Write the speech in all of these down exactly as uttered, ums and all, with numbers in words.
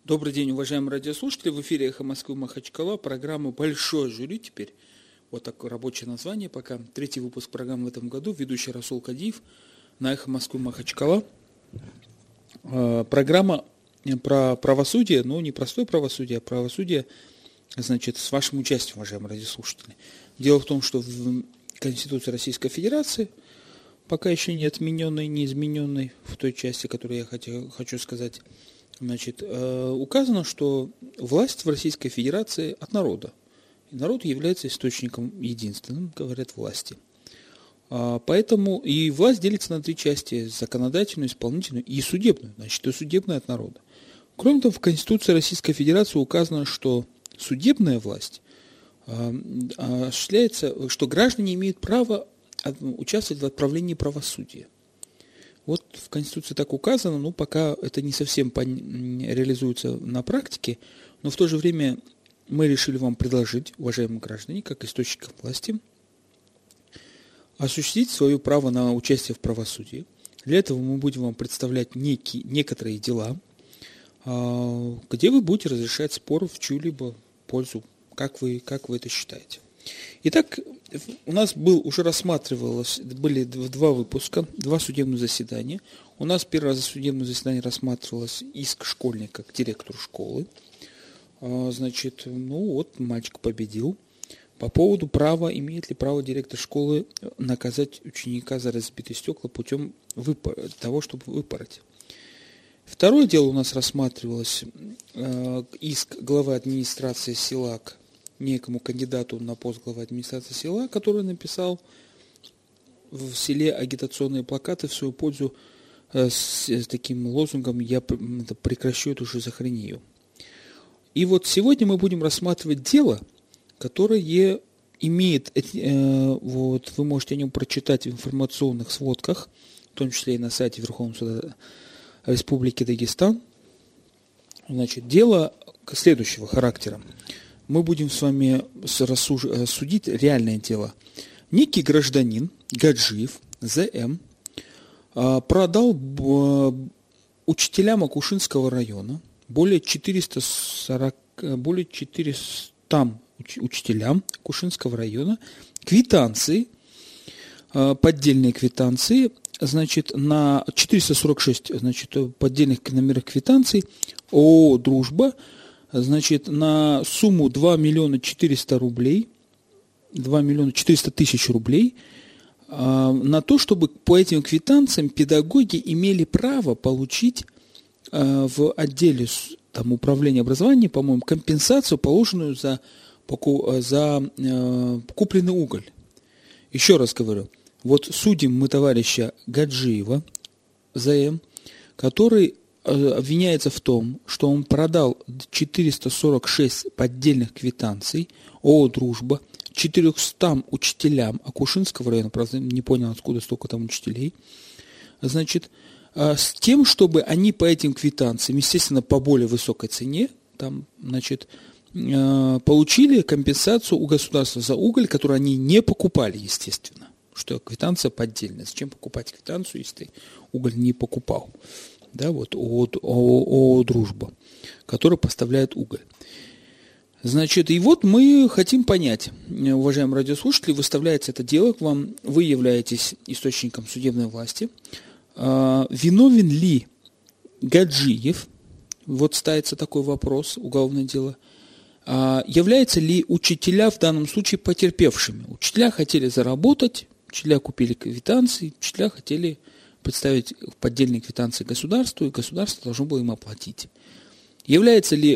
Добрый день, уважаемые радиослушатели. В эфире «Эхо Москвы» Махачкала. Программа «Большое жюри» теперь. Вот такое рабочее название пока. Третий выпуск программы в этом году. Ведущий Расул Кадиев на «Эхо Москвы» Махачкала. Программа про правосудие, но не простое правосудие, а правосудие, значит, с вашим участием, уважаемые радиослушатели. Дело в том, что в Конституции Российской Федерации, пока еще не отмененной, не измененной, в той части, которую я хотел, хочу сказать, значит, указано, что власть в Российской Федерации от народа. И народ является источником единственным, говорят, власти. Поэтому и власть делится на три части: законодательную, исполнительную и судебную. Значит, и судебная от народа. Кроме того, в Конституции Российской Федерации указано, что судебная власть осуществляется, что граждане имеют право участвовать в отправлении правосудия. Вот в Конституции так указано, но пока это не совсем реализуется на практике, но в то же время мы решили вам предложить, уважаемые граждане, как источникам власти, осуществить свое право на участие в правосудии. Для этого мы будем вам представлять некие, некоторые дела, где вы будете разрешать спор в чью-либо пользу, как вы, как вы это считаете. Итак, у нас был, уже рассматривалось, были два выпуска, два судебных заседания. У нас первый раз судебное заседание рассматривалось иск школьника к директору школы. Значит, ну вот, мальчик победил. По поводу права, имеет ли право директор школы наказать ученика за разбитые стекла путем выпор... того, чтобы выпороть. Второе дело у нас рассматривалось, иск главы администрации села к некому кандидату на пост главы администрации села, который написал в селе агитационные плакаты в свою пользу с, с таким лозунгом «Я прекращу эту шизофрению». И вот сегодня мы будем рассматривать дело, которое имеет, э, вот, вы можете о нем прочитать в информационных сводках, в том числе и на сайте Верховного суда Республики Дагестан. Значит, дело следующего характера. Мы будем с вами судить реальное дело. Некий гражданин Гаджиев, ЗМ, продал учителям Акушинского района, более четырёхсот сорока, более четырёхсот учителям Акушинского района квитанции, поддельные квитанции, значит, на четыреста сорок шесть, значит, поддельных номеров квитанций ООО «Дружба», значит, на сумму два миллиона четыреста рублей, два миллиона четыреста тысяч рублей, э, на то, чтобы по этим квитанциям педагоги имели право получить э, в отделе там, управления образованием, по-моему, компенсацию, положенную за, за э, купленный уголь. Еще раз говорю, вот судим мы товарища Гаджиева, ЗМ, который обвиняется в том, что он продал четыреста сорок шесть поддельных квитанций ООО «Дружба» четырёмстам учителям Акушинского района, правда, не понял, откуда столько там учителей, значит, с тем, чтобы они по этим квитанциям, естественно, по более высокой цене, там, значит, получили компенсацию у государства за уголь, который они не покупали, естественно, что квитанция поддельная. Зачем покупать квитанцию, если ты уголь не покупал? Да, вот ООО «Дружба», который поставляет уголь. Значит, и вот мы хотим понять, уважаемые радиослушатели, выставляется это дело к вам, вы являетесь источником судебной власти, виновен ли Гаджиев, вот ставится такой вопрос, уголовное дело, являются ли учителя в данном случае потерпевшими? Учителя хотели заработать, учителя купили квитанции, учителя хотели представить поддельные квитанции государству, и государство должно было им оплатить. Являются ли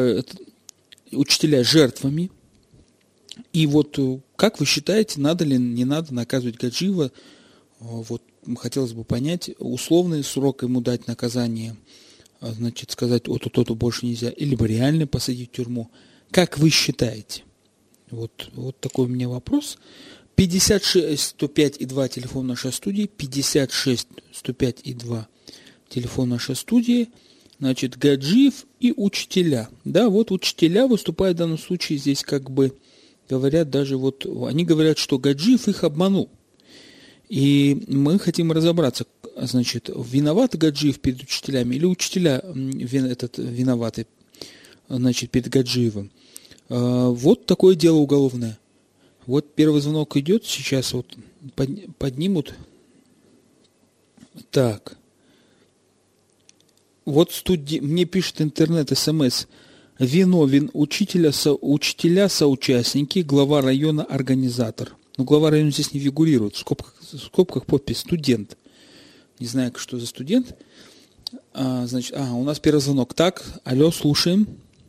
учителя жертвами? И вот как вы считаете, надо ли, не надо наказывать Гаджиева? Вот хотелось бы понять, условный срок ему дать наказание, значит, сказать, вот то-то больше нельзя, либо реально посадить в тюрьму. Как вы считаете? Вот, вот такой у меня вопрос. пятьдесят шесть сто пять и два телефон нашей студии, пятьдесят шесть сто пять и два телефон нашей студии, значит, Гаджиев и учителя. Да, вот учителя выступают в данном случае здесь, как бы говорят, даже вот, они говорят, что Гаджиев их обманул. И мы хотим разобраться, значит, виноват Гаджиев перед учителями или учителя этот виноваты, значит, перед Гаджиевым. Вот такое дело уголовное. Вот первый звонок идет, сейчас вот поднимут. Так. Вот студи... мне пишет интернет, СМС. Виновен учителя, со... учителя, соучастники, глава района, организатор. Но глава района здесь не фигурирует. В скобках, в скобках подпись студент. Не знаю, что за студент. А, значит, а, у нас первый звонок. Так, алло, слушаем.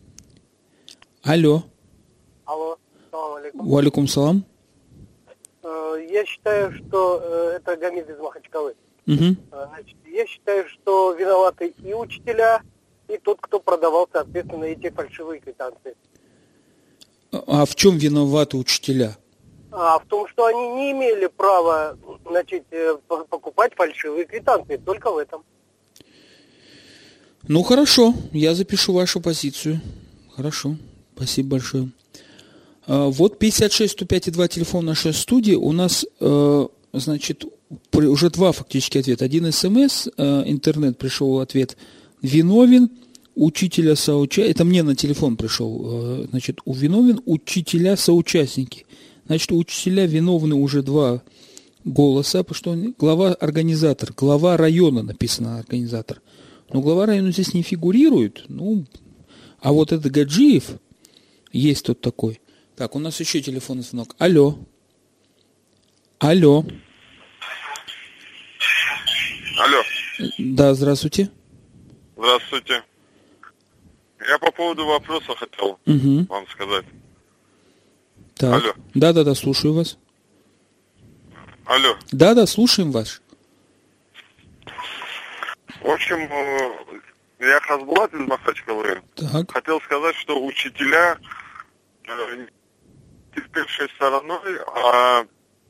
Алло. Алло, салам алейкум. Валикум салам. Я считаю, что это Гамид из Махачкалы. Угу. Значит, я считаю, что виноваты и учителя, и тот, кто продавал, соответственно, эти фальшивые квитанции. А в чем виноваты учителя? А в том, что они не имели права, значит, покупать фальшивые квитанции, только в этом. Ну хорошо, я запишу вашу позицию. Хорошо, спасибо большое. А, вот пятьдесят шесть сто пять два телефон нашей студии. У нас, э, значит, уже два фактически ответа. Один СМС, э, интернет пришел ответ виновен, учителя соучастники. Это мне на телефон пришел, э, значит, у виновен учителя соучастники. Значит, учителя виновны уже два голоса, потому что он глава организатор, глава района написано организатор. Но глава района здесь не фигурирует. Ну, а вот это Гаджиев, есть тот такой. Так, у нас еще телефонный звонок. Алло. Алло. Алло. Да, здравствуйте. Здравствуйте. Я по поводу вопроса хотел угу. вам сказать. Так. Алло. Да-да-да, слушаю вас. Алло. Да-да, слушаем вас. В общем, я Хасбулат из Махачкалы. Так. Хотел сказать, что учителя э, терпевшей стороной, а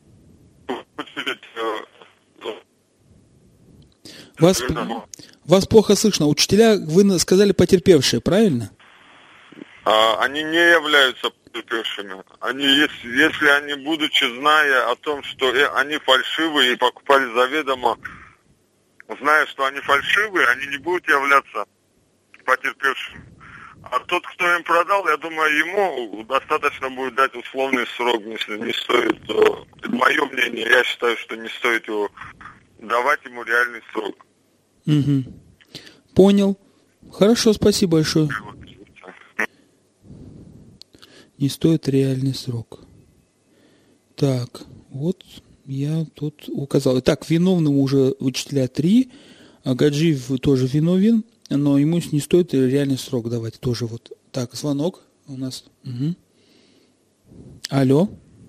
вас, вас плохо слышно. Учителя, вы сказали, потерпевшие, правильно? А, они не являются потерпевшими. Они, если, если они, будучи зная о том, что они фальшивые и покупали заведомо, зная, что они фальшивые, они не будут являться потерпевшими. А тот, кто им продал, я думаю, ему достаточно будет дать условный срок, если не стоит. То, мое мнение, я считаю, что не стоит его давать ему реальный срок. Угу. Понял. Хорошо, спасибо большое. Не стоит реальный срок. Так, вот я тут указал. Итак, виновным уже учителя три, а Гаджиев тоже виновен, но ему не стоит реальный срок давать. Тоже вот. Так, звонок у нас. Угу. Алло.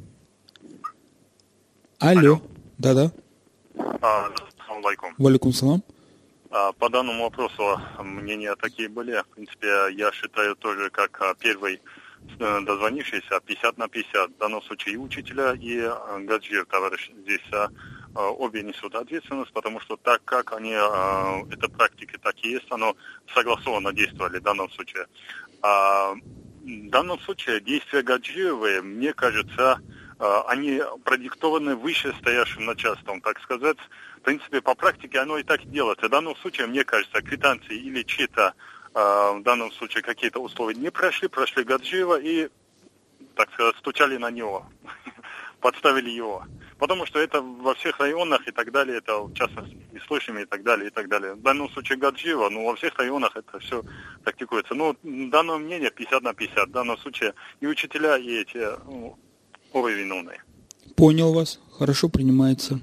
Алло. Алло. Да-да. Ассаламу алейкум. Валикум салам. По данному вопросу мнения такие были. В принципе, я считаю тоже, как первый дозвонившийся, пятьдесят на пятьдесят. В данном случае и учителя, и Гаджиев, товарищ, здесь обе несут ответственность, потому что так как они, это практики так и есть, оно согласованно действовали в данном случае. А в данном случае действия Гаджиевы, мне кажется, они продиктованы вышестоящим начальством, так сказать. В принципе, по практике оно и так делается. В данном случае, мне кажется, квитанции или чьи-то, в данном случае, какие-то условия не прошли, прошли Гаджиева и, так сказать, стучали на него, подставили его. Потому что это во всех районах и так далее, это в частности и слышами и так далее, и так далее. В данном случае Гаджиева, ну, во всех районах это все практикуется. Ну, данное мнение пятьдесят на пятьдесят. В данном случае и учителя, и эти, ну, оба виновные. Понял вас. Хорошо, принимается.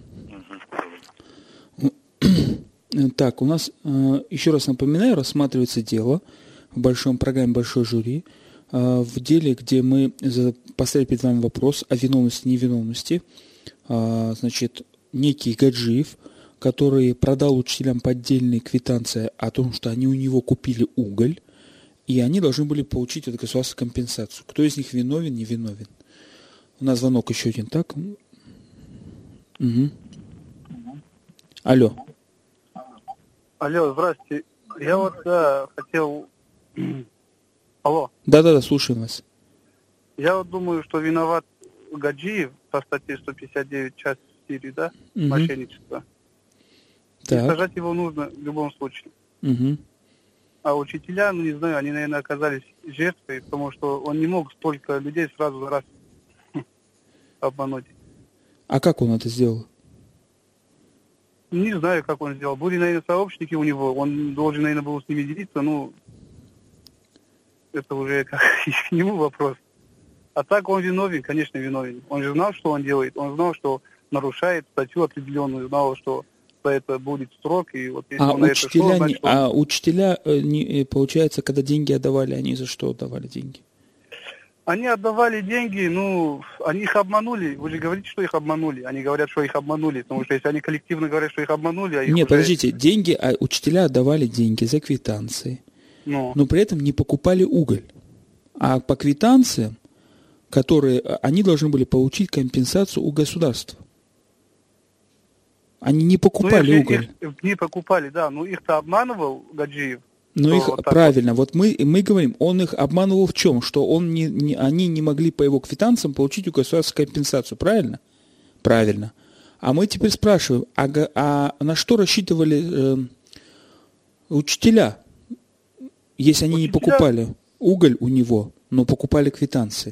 Так, у нас, еще раз напоминаю, рассматривается дело в большом программе «Большой жюри», в деле, где мы поставили перед вами вопрос о виновности и невиновности. Значит, некий Гаджиев, который продал учителям поддельные квитанции о том, что они у него купили уголь, и они должны были получить от государства компенсацию. Кто из них виновен, не виновен? У нас звонок еще один, так? Угу. Алло. Алло, здрасте. Я вот да, хотел... Алло. Да-да-да, слушаем вас. Я вот думаю, что виноват Гаджиев по статье сто пятьдесят девять, часть серии, да, Мгм. мошенничества. И Так. сажать его нужно в любом случае. Мгм. А учителя, ну не знаю, они, наверное, оказались жертвой, потому что он не мог столько людей сразу за раз обмануть. А как он это сделал? Не знаю, как он сделал. Были, наверное, сообщники у него, он должен, наверное, был с ними делиться, ну, это уже как к нему вопрос. А так он виновен, конечно, виновен. Он же знал, что он делает, он знал, что нарушает статью определенную, знал, что за это будет срок, и вот если А он на это учителя, шел, не- значит, он- а учителя, э, не- э, получается, когда деньги отдавали, они за что отдавали деньги? Они отдавали деньги, ну, они их обманули. Вы же говорите, что их обманули. Они говорят, что их обманули. Потому что если они коллективно говорят, что их обманули, а их Нет, уже, подождите, деньги, а учителя отдавали деньги за квитанции, ну, но при этом не покупали уголь. А по квитанциям, которые а, они должны были получить компенсацию у государства. Они не ну, покупали их- уголь. их не покупали, да. Ну, их-то обманывал Гаджиев. Но что их вот так правильно, вот мы, мы говорим, он их обманывал в чем? Что он не, не- они не могли по его квитанциям получить у государства компенсацию, правильно? Правильно. А мы теперь спрашиваем, а, га- а на что рассчитывали э, учителя, если они не Учителя- покупали уголь у него, но покупали квитанции?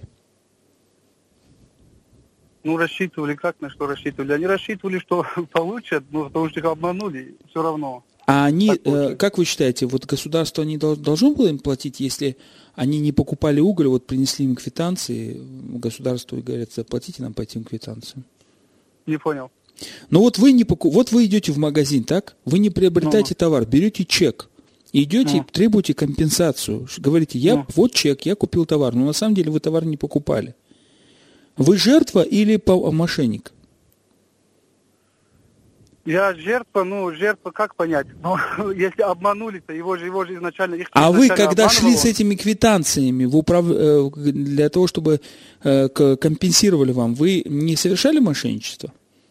Ну, рассчитывали, как на что рассчитывали? Они рассчитывали, что получат, ну, потому что их обманули, все равно. А они, Так э, получилось. как вы считаете, вот государство не дол- должно было им платить, если они не покупали уголь, вот принесли им квитанции, государству и говорят, заплатите нам по этим квитанциям? Не понял. Ну вот вы не поку... вот вы идете в магазин, так? Вы не приобретаете Ну. товар, берете чек, идете, Ну. требуете компенсацию. Ш- Говорите, я Ну. вот чек, я купил товар, но на самом деле вы товар не покупали. Вы жертва или по- мошенник? Я жертва, ну, жертва, как понять? Ну, если обманули, то его же, его же изначально... Их А вы, изначально когда шли обманывал с этими квитанциями в управ... э, для того, чтобы э, к- компенсировали вам, вы не совершали мошенничество?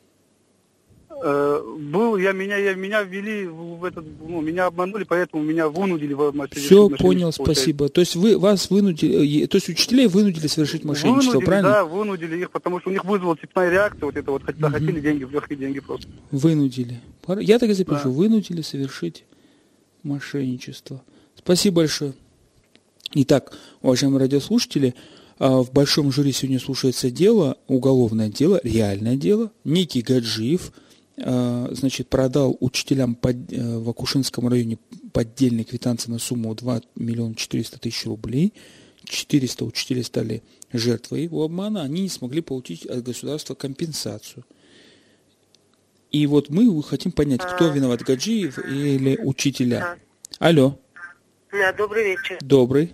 Э, был, я меня, я, меня ввели в, в этот, ну, меня обманули, поэтому меня вынудили в мошенничество. Все, мошенничество, понял, получается. спасибо. То есть вы вас вынудили, э, то есть учителей вынудили совершить мошенничество, Вынудили, правильно? да, вынудили их, потому что у них вызвала цепная реакция, вот это вот, хот- захотели деньги, легкие деньги просто. Вынудили. Пар- Я так и запишу. Да. Вынудили совершить мошенничество. Спасибо большое. Итак, уважаемые радиослушатели, а, в большом жюри сегодня слушается дело, уголовное дело, реальное дело. Некий Гаджиев, а, значит, продал учителям под- э, в Акушинском районе поддельные квитанции на сумму два миллиона четыреста тысяч рублей. четыреста учителей стали жертвой его обмана. Они не смогли получить от государства компенсацию. И вот мы хотим понять, кто виноват, Гаджиев или учителя. Алло, Да, добрый вечер. добрый.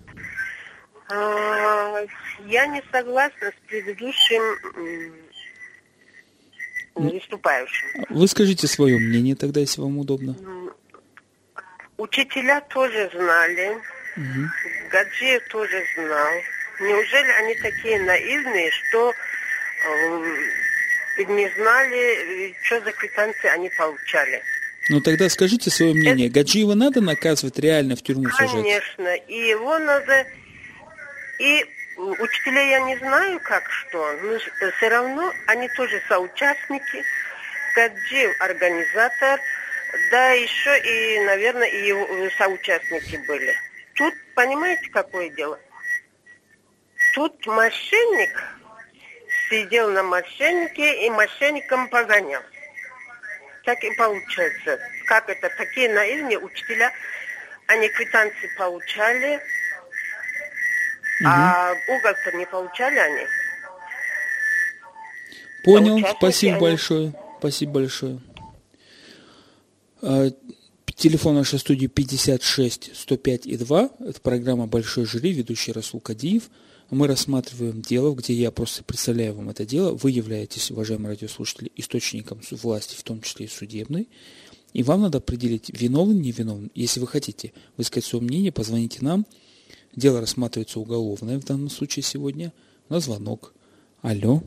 А, Я не согласна с предыдущим м, выступающим. Вы скажите свое мнение тогда, если вам удобно. Учителя тоже знали, Гаджиев тоже знал. Неужели они такие наивные, что э, не знали, что за квитанции они получали? Ну тогда скажите свое мнение. Гаджиева надо наказывать реально в тюрьму сажать? Конечно, и его надо, и учителей я не знаю как что, но все равно они тоже соучастники, Гаджиев организатор, да еще и, наверное, и его соучастники были. Тут, понимаете, какое дело? Тут мошенник сидел на мошеннике и мошенником погонял. Так и получается. Как это? Такие наивные учителя, они квитанции получали, а угол-то не получали они. Понял, Соучастники спасибо они. большое. Спасибо большое. А, Телефон нашей студии пятьдесят шесть сто пять и два. Это программа «Большой жюри», ведущий Расул Кадиев. Мы рассматриваем дело, где я просто представляю вам это дело. Вы являетесь, уважаемые радиослушатели, источником власти, в том числе и судебной. И вам надо определить, виновен, не виновен. Если вы хотите высказать свое мнение, позвоните нам. Дело рассматривается уголовное в данном случае сегодня. На звонок. Алло.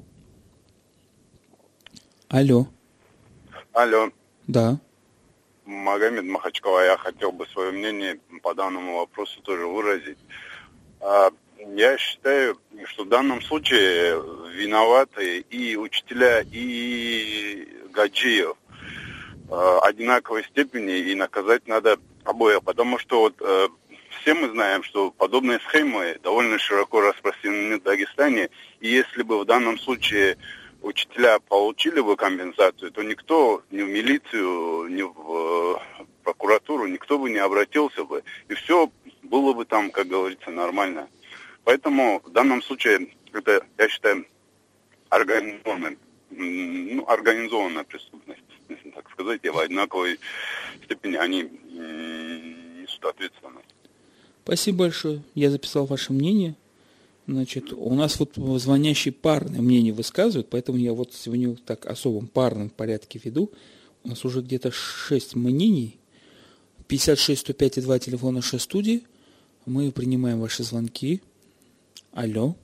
Алло. Алло, Да. Магомед Махачкала, я хотел бы свое мнение по данному вопросу тоже выразить. А, Я считаю, что в данном случае виноваты и учителя, и Гаджиев э, одинаковой степени, и наказать надо обоих. Потому что вот э, все мы знаем, что подобные схемы довольно широко распространены в Дагестане. И если бы в данном случае учителя получили бы компенсацию, то никто ни в милицию, ни в э, прокуратуру, никто бы не обратился бы. И все было бы там, как говорится, нормально. Поэтому в данном случае это, я считаю, организованная, ну, организованная преступность, если так сказать, и в одинаковой степени они несут ответственность. Спасибо большое. Я записал ваше мнение. Значит, у нас вот звонящие парные мнения высказывают, поэтому я вот сегодня так особом парном порядке веду. У нас уже где-то шесть мнений. пятьдесят шесть сто пять и два телефона шесть студии. Мы принимаем ваши звонки. Алло.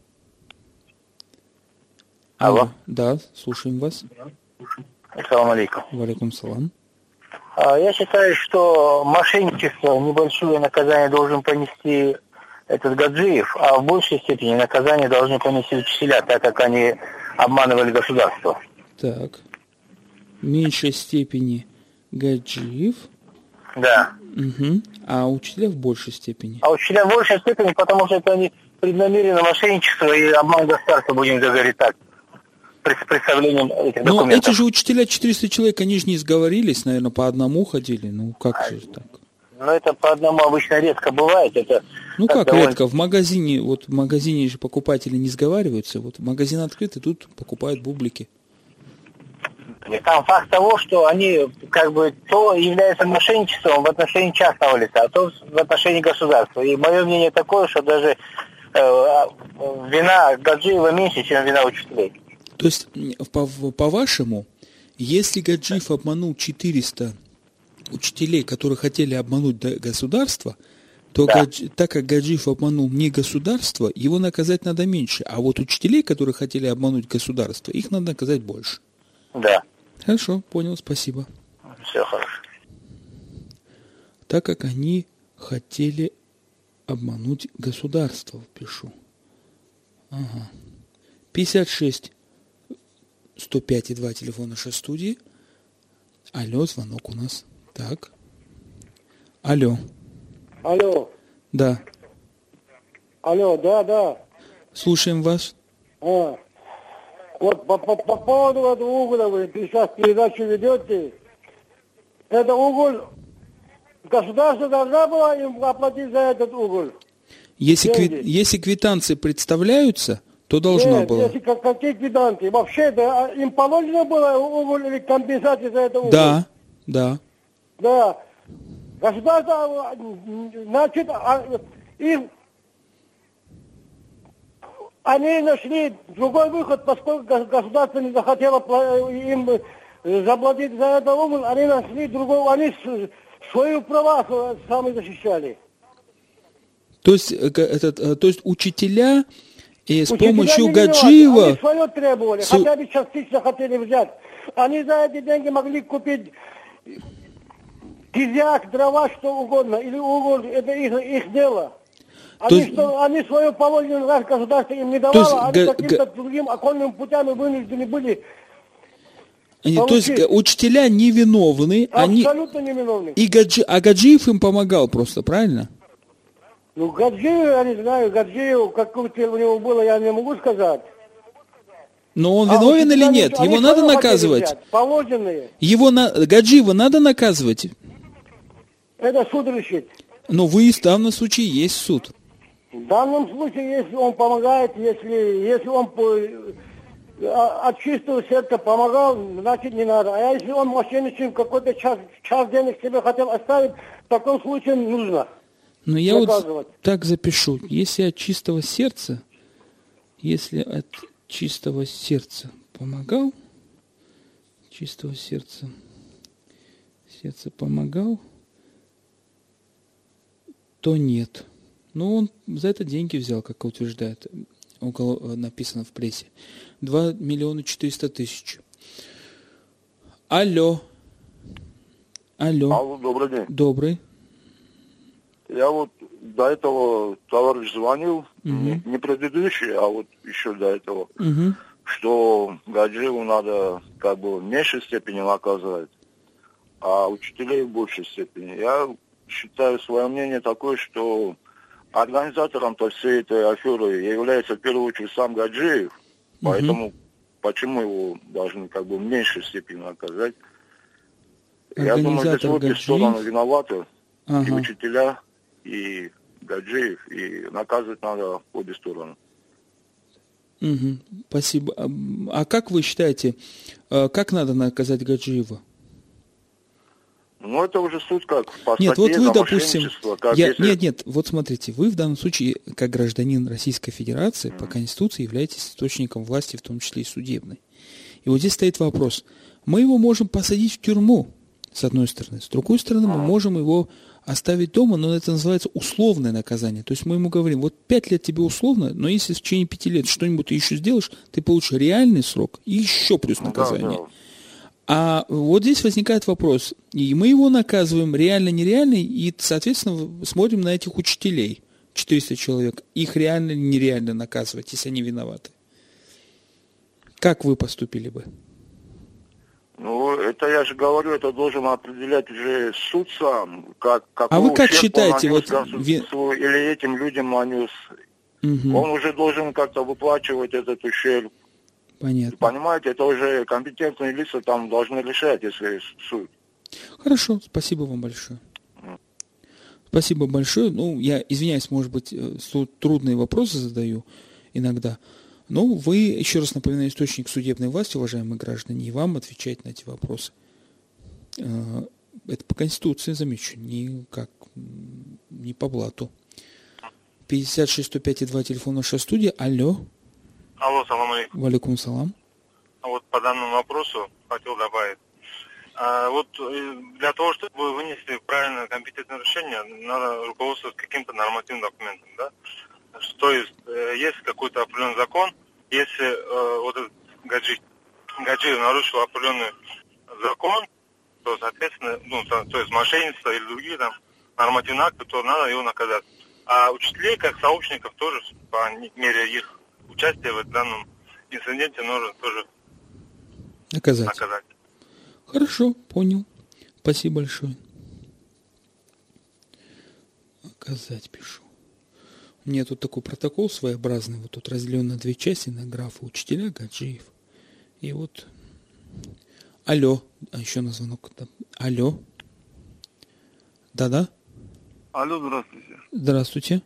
Алло. Алло. Да, слушаем вас. Ассаламу алейкум. Валейкум салам. Я считаю, что мошенничество, небольшое наказание должен понести этот Гаджиев, а в большей степени наказание должны понести учителя, так как они обманывали государство. Так. В меньшей степени Гаджиев. Да. Угу. А учителя в большей степени. А учителя в большей степени, потому что это они преднамеренно мошенничество и обман государства, будем говорить так, с представлением этих Но документов. эти же учителя, четыреста человек, они же не сговорились, наверное, по одному ходили. Ну, как же так? Но это по одному обычно редко бывает. Это ну, как довольно... редко? В магазине, вот в магазине же покупатели не сговариваются. Вот магазин открыт, и тут покупают бублики. Там факт того, что они как бы то является мошенничеством в отношении частного лица, а то в отношении государства. И мое мнение такое, что даже э, вина Гаджиева меньше, чем вина учителей. То есть, по, по-вашему, если Гаджиев обманул четыреста учителей, которые хотели обмануть государство, то да. Гадж... так как Гаджиев обманул не государство, его наказать надо меньше. А вот учителей, которые хотели обмануть государство, их надо наказать больше. Да. Хорошо, понял, спасибо. Все хорошо. Так как они хотели обмануть государство, пишу. Ага. пятьдесят шесть сто пять и два телефона шесть студии. Алло, звонок у нас. Так. Алло. Алло. Да. Алло, да, да. Слушаем вас. А. Вот по, по, по поводу этого угля, вы сейчас передачу ведете, это уголь, государство должна была им оплатить за этот уголь. Если, кви, если квитанции представляются, то должна Нет, была. Если как, какие квитанции, вообще да, им положено было уголь или компенсация за это уголь? Да, да. Да. Государство, значит, им... Они нашли другой выход, поскольку государство не захотело им заплатить за это уголь, они нашли другой, они свою права сами защищали. То есть, это, то есть учителя и с учителя помощью не Гаджиева... Они свое требовали, Су... хотя бы частично хотели взять. Они за эти деньги могли купить кизяк, дрова, что угодно, или уголь, это их, их дело. Они, есть, что, они свое положенное раз государство им не давало, есть, они га- каким-то га- другим окольным путями вынуждены были они, то есть учителя невиновны. Абсолютно они... невиновны. И Гаджи... А Гаджиев им помогал просто, правильно? Ну, Гаджиев, я не знаю, Гаджиев, какое у него было, я не могу сказать. Но он виновен а или нет? Его надо наказывать. Положенные. Его на... Гаджиева надо наказывать. Это суд решит. Но вы в данном случае есть суд. В данном случае, если он помогает, если, если он по, от чистого сердца помогал, значит не надо. А если он мошенничает, какой-то час, час денег себе хотел оставить, в таком случае нужно. Но я вот так запишу. Если от чистого сердца, если от чистого сердца помогал, чистого сердца, сердце помогал, то нет. Но он за это деньги взял, как утверждает, около, написано в прессе. два миллиона четыреста тысяч. Алло. Алло. Алло, добрый день. Добрый. Я вот до этого товарищ звонил, Угу. не, не предыдущий, а вот еще до этого, Угу. что Гаджиеву надо как бы в меньшей степени наказывать, а учителей в большей степени. Я считаю, свое мнение такое, что организатором-то всей этой аферы является в первую очередь сам Гаджиев, Угу. поэтому почему его должны как бы в меньшей степени наказать? Я думаю, здесь Организатор обе стороны Гаджиев. виноваты, и Ага. учителя, и Гаджиев, и наказывать надо в обе стороны. Угу. Спасибо. А, а как вы считаете, а, как надо наказать Гаджиева? Ну, это уже суд как по Нет, вот статье вы, за допустим, мошенничество, как я, если- нет, нет, вот смотрите, вы в данном случае, как гражданин Российской Федерации, по Конституции являетесь источником власти, в том числе и судебной. И вот здесь стоит вопрос. Мы его можем посадить в тюрьму, с одной стороны. С другой стороны, мы можем его оставить дома, но это называется условное наказание. То есть мы ему говорим, вот пять лет тебе условно, но если в течение пяти лет что-нибудь ты еще сделаешь, ты получишь реальный срок и еще плюс Ну, да, наказание. да. А вот здесь возникает вопрос, и мы его наказываем реально-нереально, и, соответственно, смотрим на этих учителей, четыреста человек, их реально или нереально наказывать, если они виноваты. Как вы поступили бы? Ну, это я же говорю, это должен определять уже суд сам, как, какой А вы как ущерб считаете, он нанес вот государству или этим людям нанес. Мгм. Он уже должен как-то выплачивать этот ущерб. Понятно. Понимаете, это уже компетентные лица там должны решать, если суд. Хорошо, спасибо вам большое. Спасибо большое. Ну, я извиняюсь, может быть, э, су- трудные вопросы задаю иногда. Но вы, еще раз напоминаю, источник судебной власти, уважаемые граждане, и вам отвечать на эти вопросы. Э, Это по Конституции, замечу, не как м, не по блату. пятьдесят шесть сто пять и два, телефон нашей студии. Алло. Алло, салам алейкум. Валикум салам. А вот по данному вопросу хотел добавить. А вот э, для того, чтобы вынести правильное компетентное решение, надо руководствоваться каким-то нормативным документом, да? То есть, э, есть какой-то определенный закон, если э, вот этот Гаджи, Гаджиев нарушил определенный закон, то, соответственно, ну, то, то есть мошенничество или другие там нормативные акты, то надо его наказать. А учителей, как сообщников, тоже по мере их участия в данном инциденте нужно тоже Наказать. наказать. Хорошо, понял. Спасибо большое. Наказать пишу. У меня тут такой протокол своеобразный, вот тут разделен на две части, на графы учителя, Гаджиев. И вот... Алло. А еще на звонок. Да. Алло. Да-да. Алло, здравствуйте. Здравствуйте.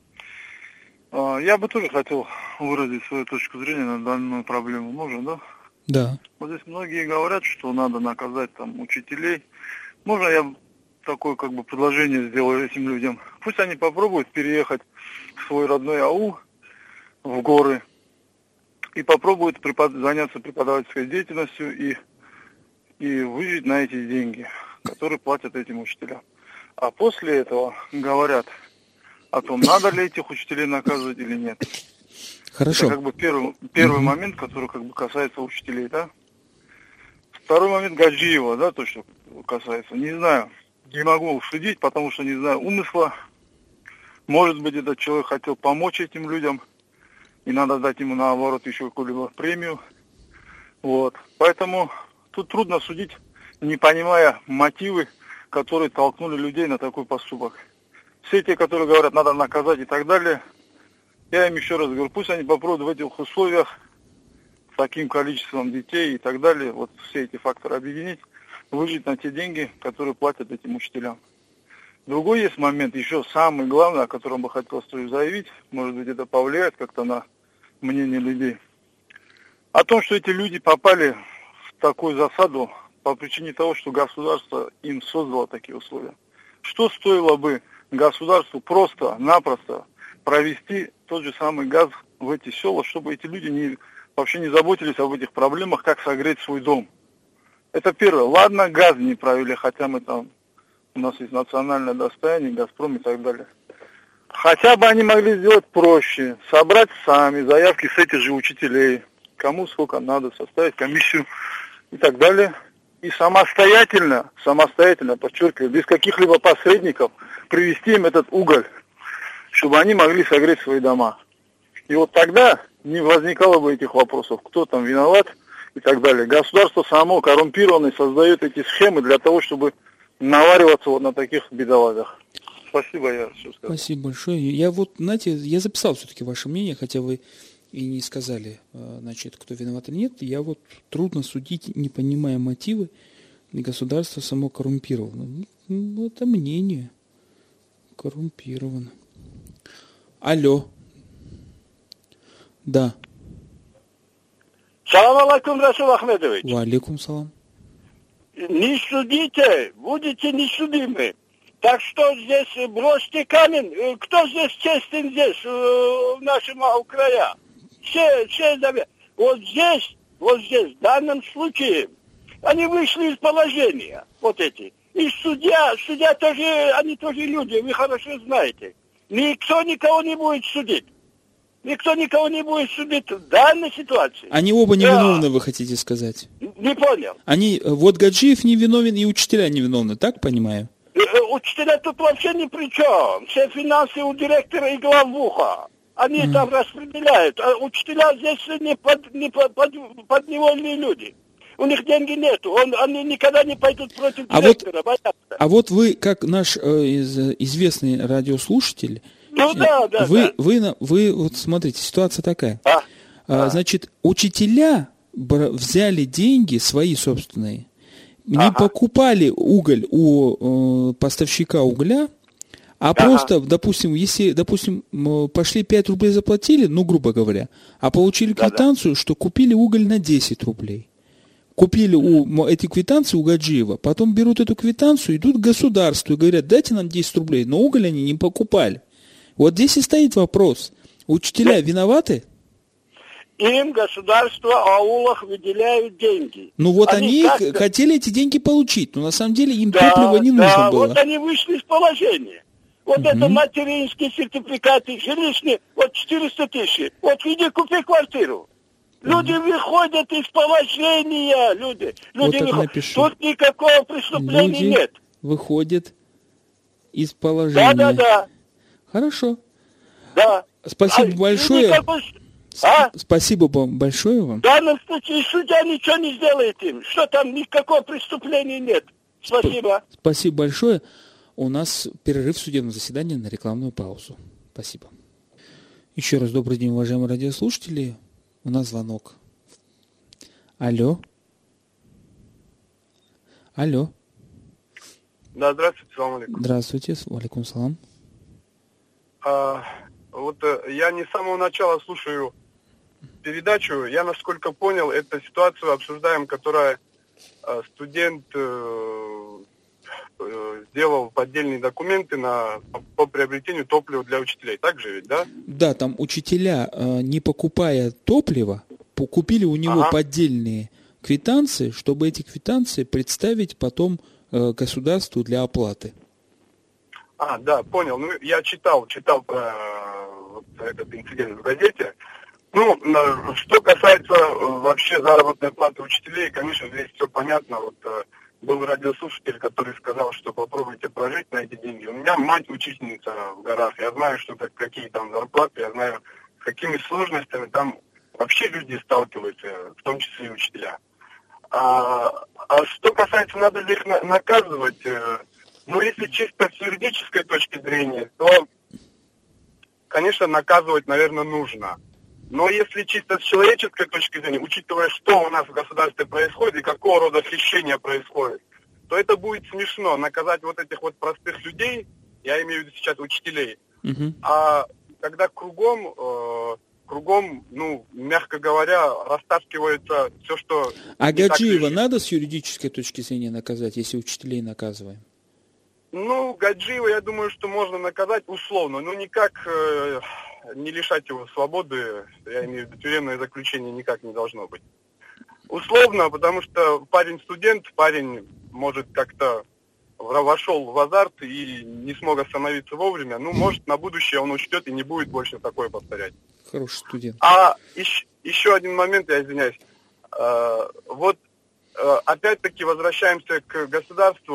А, Я бы тоже хотел выразить свою точку зрения на данную проблему. Можно, да? Да. Вот здесь многие говорят, что надо наказать там учителей. Можно я такое как бы предложение сделаю этим людям? Пусть они попробуют переехать в свой родной аул, в горы, и попробуют препод... заняться преподавательской деятельностью и, и выжить на эти деньги, которые платят этим учителям. А после этого говорят о том, надо ли этих учителей наказывать или нет. Хорошо. Это как бы первый, первый Мгм. момент, который как бы касается учителей, да. Второй момент Гаджиева, да, то, что касается. Не знаю, не могу судить, потому что не знаю умысла. Может быть, этот человек хотел помочь этим людям, и надо дать ему, наоборот, еще какую-либо премию. Вот. Поэтому тут трудно судить, не понимая мотивы, которые толкнули людей на такой поступок. Все те, которые говорят, надо наказать и так далее, я им еще раз говорю, пусть они попробуют в этих условиях с таким количеством детей и так далее, вот все эти факторы объединить, выжить на те деньги, которые платят этим учителям. Другой есть момент, еще самый главный, о котором бы хотел тоже заявить, может быть, это повлияет как-то на мнение людей. О том, что эти люди попали в такую засаду по причине того, что государство им создало такие условия. Что стоило бы государству просто-напросто провести тот же самый газ в эти села, чтобы эти люди не, вообще не заботились об этих проблемах, как согреть свой дом. Это первое. Ладно, газ не провели, хотя мы там, у нас есть национальное достояние, Газпром и так далее. Хотя бы они могли сделать проще, собрать сами заявки с этих же учителей, кому сколько надо, составить комиссию и так далее. И самостоятельно, самостоятельно, подчеркиваю, без каких-либо посредников привезти им этот уголь. чтобы они могли согреть свои дома. И вот тогда не возникало бы этих вопросов, кто там виноват и так далее. Государство само коррумпированное создает эти схемы для того, чтобы навариваться вот на таких бедолагах. Спасибо, я все сказал. Спасибо большое. Я вот, знаете, я записал все-таки ваше мнение, хотя вы и не сказали, значит, кто виноват или нет. Я вот трудно судить, не понимая мотивы, государство само коррумпировано. Ну, это мнение. Коррумпировано. Алло. Да. Салам алейкум, Расул Ахмедович. Ва алейкум салам. Не судите, будете несудимы. Так что здесь бросьте камень. Кто здесь честен здесь, в нашем крае? Все, все, вот здесь, вот здесь, в данном случае, они вышли из положения, вот эти. И судья, судья тоже, они тоже люди, вы хорошо знаете. Никто никого не будет судить. Никто никого не будет судить в данной ситуации. Они оба невиновны, да. Вы хотите сказать? Не понял. Они, вот Гаджиев невиновен и учителя невиновны, так понимаю? Учителя тут вообще ни при чем. Все финансы у директора и главбуха. Они mm. там распределяют. А учителя здесь не, под, не под, под, подневольные люди. У них деньги нету. Он, они никогда не пойдут против а директора. Вот, а вот вы, как наш э, из, известный радиослушатель, ну, да, да, вы, да. Вы, вы, вы, вот смотрите, ситуация такая. А? А, значит, учителя взяли деньги свои собственные, не ага. покупали уголь у э, поставщика угля, а ага. просто, допустим, если, допустим, пошли пять рублей заплатили, ну, грубо говоря, а получили квитанцию, да, да. что купили уголь на десять рублей. Купили у, эти квитанции у Гаджиева, потом берут эту квитанцию, идут к государству и говорят, дайте нам десять рублей, но уголь они не покупали. Вот здесь и стоит вопрос. Учителя да. виноваты? Им государство в аулах выделяют деньги. Ну вот они, они хотели эти деньги получить, но на самом деле им да, топлива не да, нужно было. Вот они вышли из положения. Вот угу. это материнские сертификаты, жилищные, вот четыреста тысяч. Вот иди купи квартиру. Люди угу. выходят из положения, люди. люди вот выходят. Тут никакого преступления люди нет. Выходят из положения. Да, да, да. Хорошо. Да. Спасибо а, большое. Никакой... А? Спасибо вам большое вам. В данном случае судья ничего не сделает им. Что там, никакого преступления нет. Спасибо. Сп- спасибо большое. У нас перерыв в судебном заседании на рекламную паузу. Спасибо. Еще раз добрый день, уважаемые радиослушатели. У нас звонок. Алло. Алло. Да, здравствуйте, салам алейкум. Здравствуйте, алейкум салам. А, вот я не с самого начала слушаю передачу. Я, насколько понял, эту ситуацию обсуждаем, которая э, студент э, э, сделал поддельные документы на, по, по приобретению топлива для учителей. Так же ведь, да? Да, там учителя, э, не покупая топливо, купили у него ага. поддельные квитанции, чтобы эти квитанции представить потом э, государству для оплаты. А, да, понял. Ну, я читал, читал про вот этот инцидент в газете. Ну, что касается вообще заработной платы учителей, конечно, здесь все понятно. Вот был радиослушатель, который сказал, что попробуйте прожить на эти деньги. У меня мать учительница в горах. Я знаю, что какие там зарплаты, я знаю, с какими сложностями там вообще люди сталкиваются, в том числе и учителя. А, а что касается, надо ли их на- наказывать... Ну, если чисто с юридической точки зрения, то, конечно, наказывать, наверное, нужно. Но если чисто с человеческой точки зрения, учитывая, что у нас в государстве происходит и какого рода хищения происходит, то это будет смешно наказать вот этих вот простых людей, я имею в виду сейчас учителей. Uh-huh. А когда кругом, э, кругом, ну, мягко говоря, растаскивается все, что... А Гаджиева надо с юридической точки зрения наказать, если учителей наказываем? Ну, Гаджиева, я думаю, что можно наказать условно, но никак э, не лишать его свободы, я имею в виду, тюремное заключение никак не должно быть. Условно, потому что парень студент, парень, может, как-то вошел в азарт и не смог остановиться вовремя, ну, может, на будущее он учтет и не будет больше такое повторять. Хороший студент. А еще, еще один момент, я извиняюсь. Э, вот, э, опять-таки, возвращаемся к государству.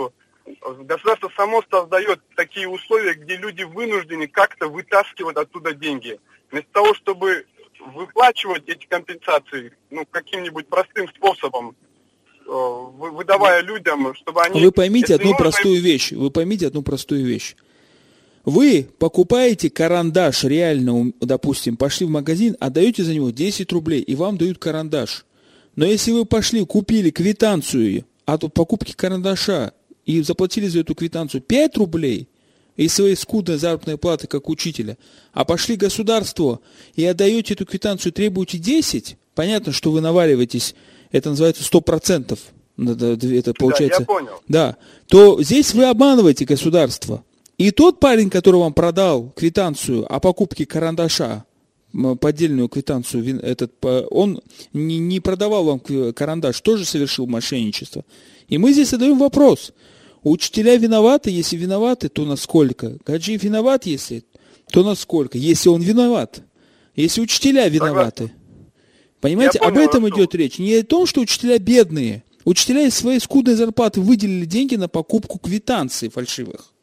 государство само создает такие условия, где люди вынуждены как-то вытаскивать оттуда деньги. Вместо того, чтобы выплачивать эти компенсации, ну, каким-нибудь простым способом, выдавая людям, чтобы они... Вы поймите одну нужно... простую вещь. Вы поймите одну простую вещь. Вы покупаете карандаш реально, допустим, пошли в магазин, отдаете за него десять рублей, и вам дают карандаш. Но если вы пошли, купили квитанцию от покупки карандаша и заплатили за эту квитанцию пять рублей из своей скудной заработной платы как учителя, а пошли государству и отдаете эту квитанцию, требуете десять, понятно, что вы наваливаетесь, это называется сто процентов, это получается, да, я понял. Да, то здесь вы обманываете государство. И тот парень, который вам продал квитанцию о покупке карандаша, поддельную квитанцию, этот, он не, не продавал вам карандаш, тоже совершил мошенничество. И мы здесь задаем вопрос. Учителя виноваты? Если виноваты, то насколько? Гаджи виноват, если, то насколько? Если он виноват. Если учителя виноваты. Согласен. Понимаете, понял, об этом идет что? Речь. Не о том, что учителя бедные. Учителя из своей скудной зарплаты выделили деньги на покупку квитанций фальшивых.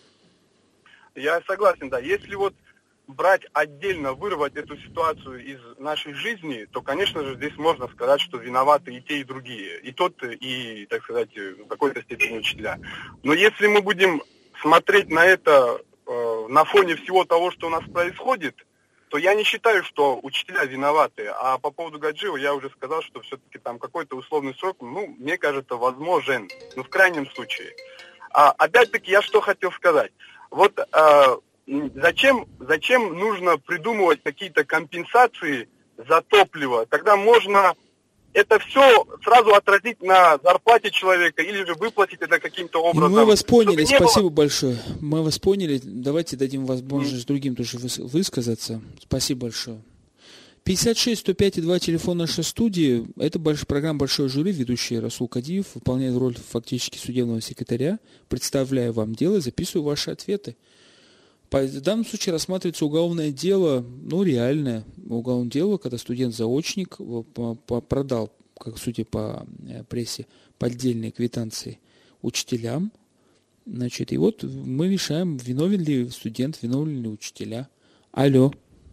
Я согласен, да. Если вот брать отдельно, вырвать эту ситуацию из нашей жизни, то, конечно же, здесь можно сказать, что виноваты и те, и другие. И тот, и, так сказать, в какой-то степени учителя. Но если мы будем смотреть на это э, на фоне всего того, что у нас происходит, то я не считаю, что учителя виноваты. А по поводу Гаджиева я уже сказал, что все-таки там какой-то условный срок, ну, мне кажется, возможен. Ну, в крайнем случае. А, опять-таки, я что хотел сказать. Вот э, зачем, зачем нужно придумывать какие-то компенсации за топливо, когда можно это все сразу отразить на зарплате человека или же выплатить это каким-то образом. Мы вас поняли, Чтобы спасибо было... большое. Мы вас поняли, давайте дадим возможность mm. другим тоже высказаться. Спасибо большое. пятьдесят шесть сто пять и два телефон нашей студии. Это больш... программа «Большое жюри». Ведущий Расул Кадиев выполняет роль фактически судебного секретаря. Представляю вам дело, записываю ваши ответы. В данном случае рассматривается уголовное дело, ну, реальное уголовное дело, когда студент-заочник продал, как судя по прессе, поддельные квитанции учителям. Значит, и вот мы решаем, виновен ли студент, виновен ли учителя. Алло.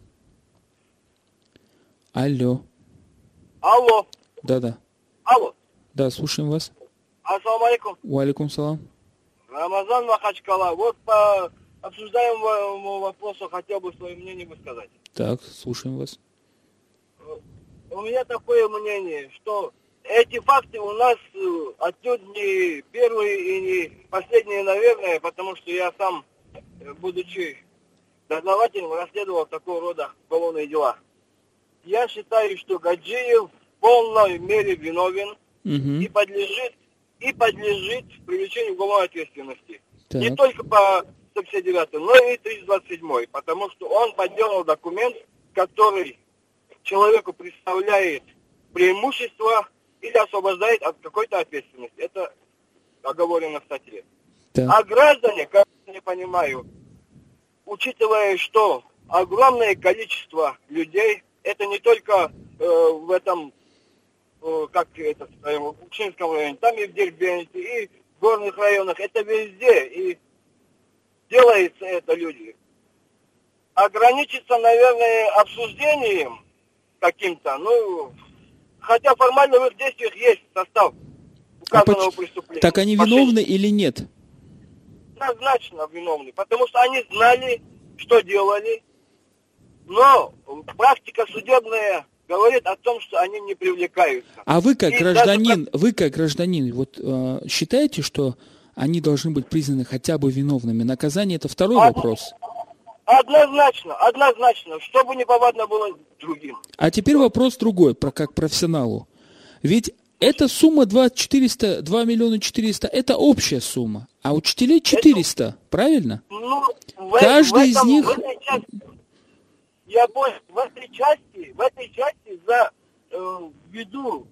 Алло. Алло. Да-да. Алло. Да, слушаем вас. Ассаламу алейкум. Уалейкум салам. Рамазан Махачкала. Вот по обсуждаемому вопросу хотел бы свое мнение высказать. Так, слушаем вас. У меня такое мнение, что эти факты у нас отнюдь не первые и не последние, наверное, потому что я сам, будучи дознавателем, расследовал такого рода уголовные дела. Я считаю, что Гаджиев в полной мере виновен угу. и подлежит и подлежит привлечению уголовной ответственности. Так. Не только по сто пятьдесят девятой, но и триста двадцать седьмой, потому что он подделал документ, который человеку представляет преимущество или освобождает от какой-то ответственности. Это оговорено в статье. Так. А граждане, как я не понимаю, учитывая, что огромное количество людей, это не только э, в этом, э, как это, э, в Кушинском районе, там и в Дербенте, и в горных районах, это везде, и делается это люди. Ограничиться, наверное, обсуждением каким-то, ну, хотя формально в их действиях есть состав указанного а преступления. Так они виновны или нет? Однозначно виновны, потому что они знали, что делали, но практика судебная говорит о том, что они не привлекаются. А вы как И гражданин, даже... вы как гражданин, вот э, считаете, что они должны быть признаны хотя бы виновными? Наказание — это второй Од... вопрос. Однозначно, однозначно, чтобы не повадно было другим. А теперь вопрос другой, про как профессионалу. Ведь эта сумма два миллиона четыреста, это общая сумма, а учителей четыреста, это... правильно? Ну, в, Каждый в этом, из них... В этой части, я понял, в этой части, в этой части за э, ввиду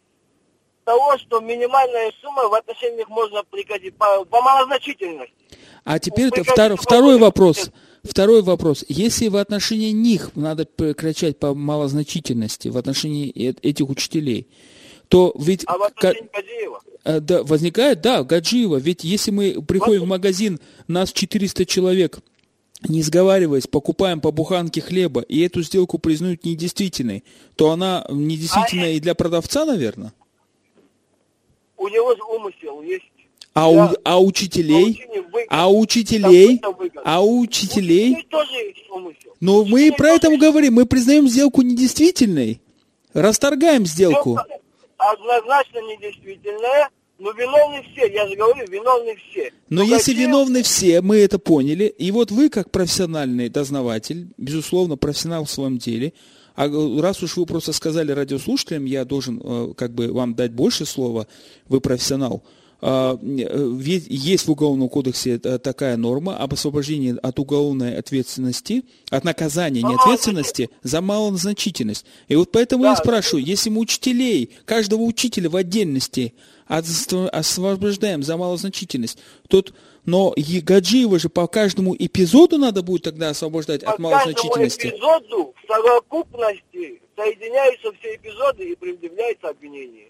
того, что минимальная сумма в отношении них можно прекратить по, по малозначительности. А теперь это втор, второй вопрос. Второй вопрос. Если в отношении них надо прекращать по малозначительности, в отношении этих учителей, то ведь... А в отношении Гаджиева? Э, да, возникает, да, Гаджиева. Ведь если мы приходим в магазин, нас четыреста человек, не сговариваясь, покупаем по буханке хлеба, и эту сделку признают недействительной, то она недействительная а и для продавца, наверное? У него же умысел есть. А у, а учителей? А у учителей? А у учителей? Но мы про это говорим, мы признаем сделку недействительной. Расторгаем сделку. Однозначно недействительная, но виновны все, я же говорю, виновны все. Но, но если какие... виновны все, мы это поняли, и вот вы как профессиональный дознаватель, безусловно, профессионал в своем деле, а раз уж вы просто сказали радиослушателям, я должен как бы вам дать больше слова, вы профессионал. Ведь есть в Уголовном кодексе такая норма об освобождении от уголовной ответственности, от наказания, не ответственности, за малозначительность. И вот поэтому да, я спрашиваю, да. Если мы учителей, каждого учителя в отдельности освобождаем за малозначительность, тут, но Гаджиева же по каждому эпизоду надо будет тогда освобождать по от малозначительности. По каждому эпизоду в совокупности соединяются все эпизоды и предъявляется обвинение.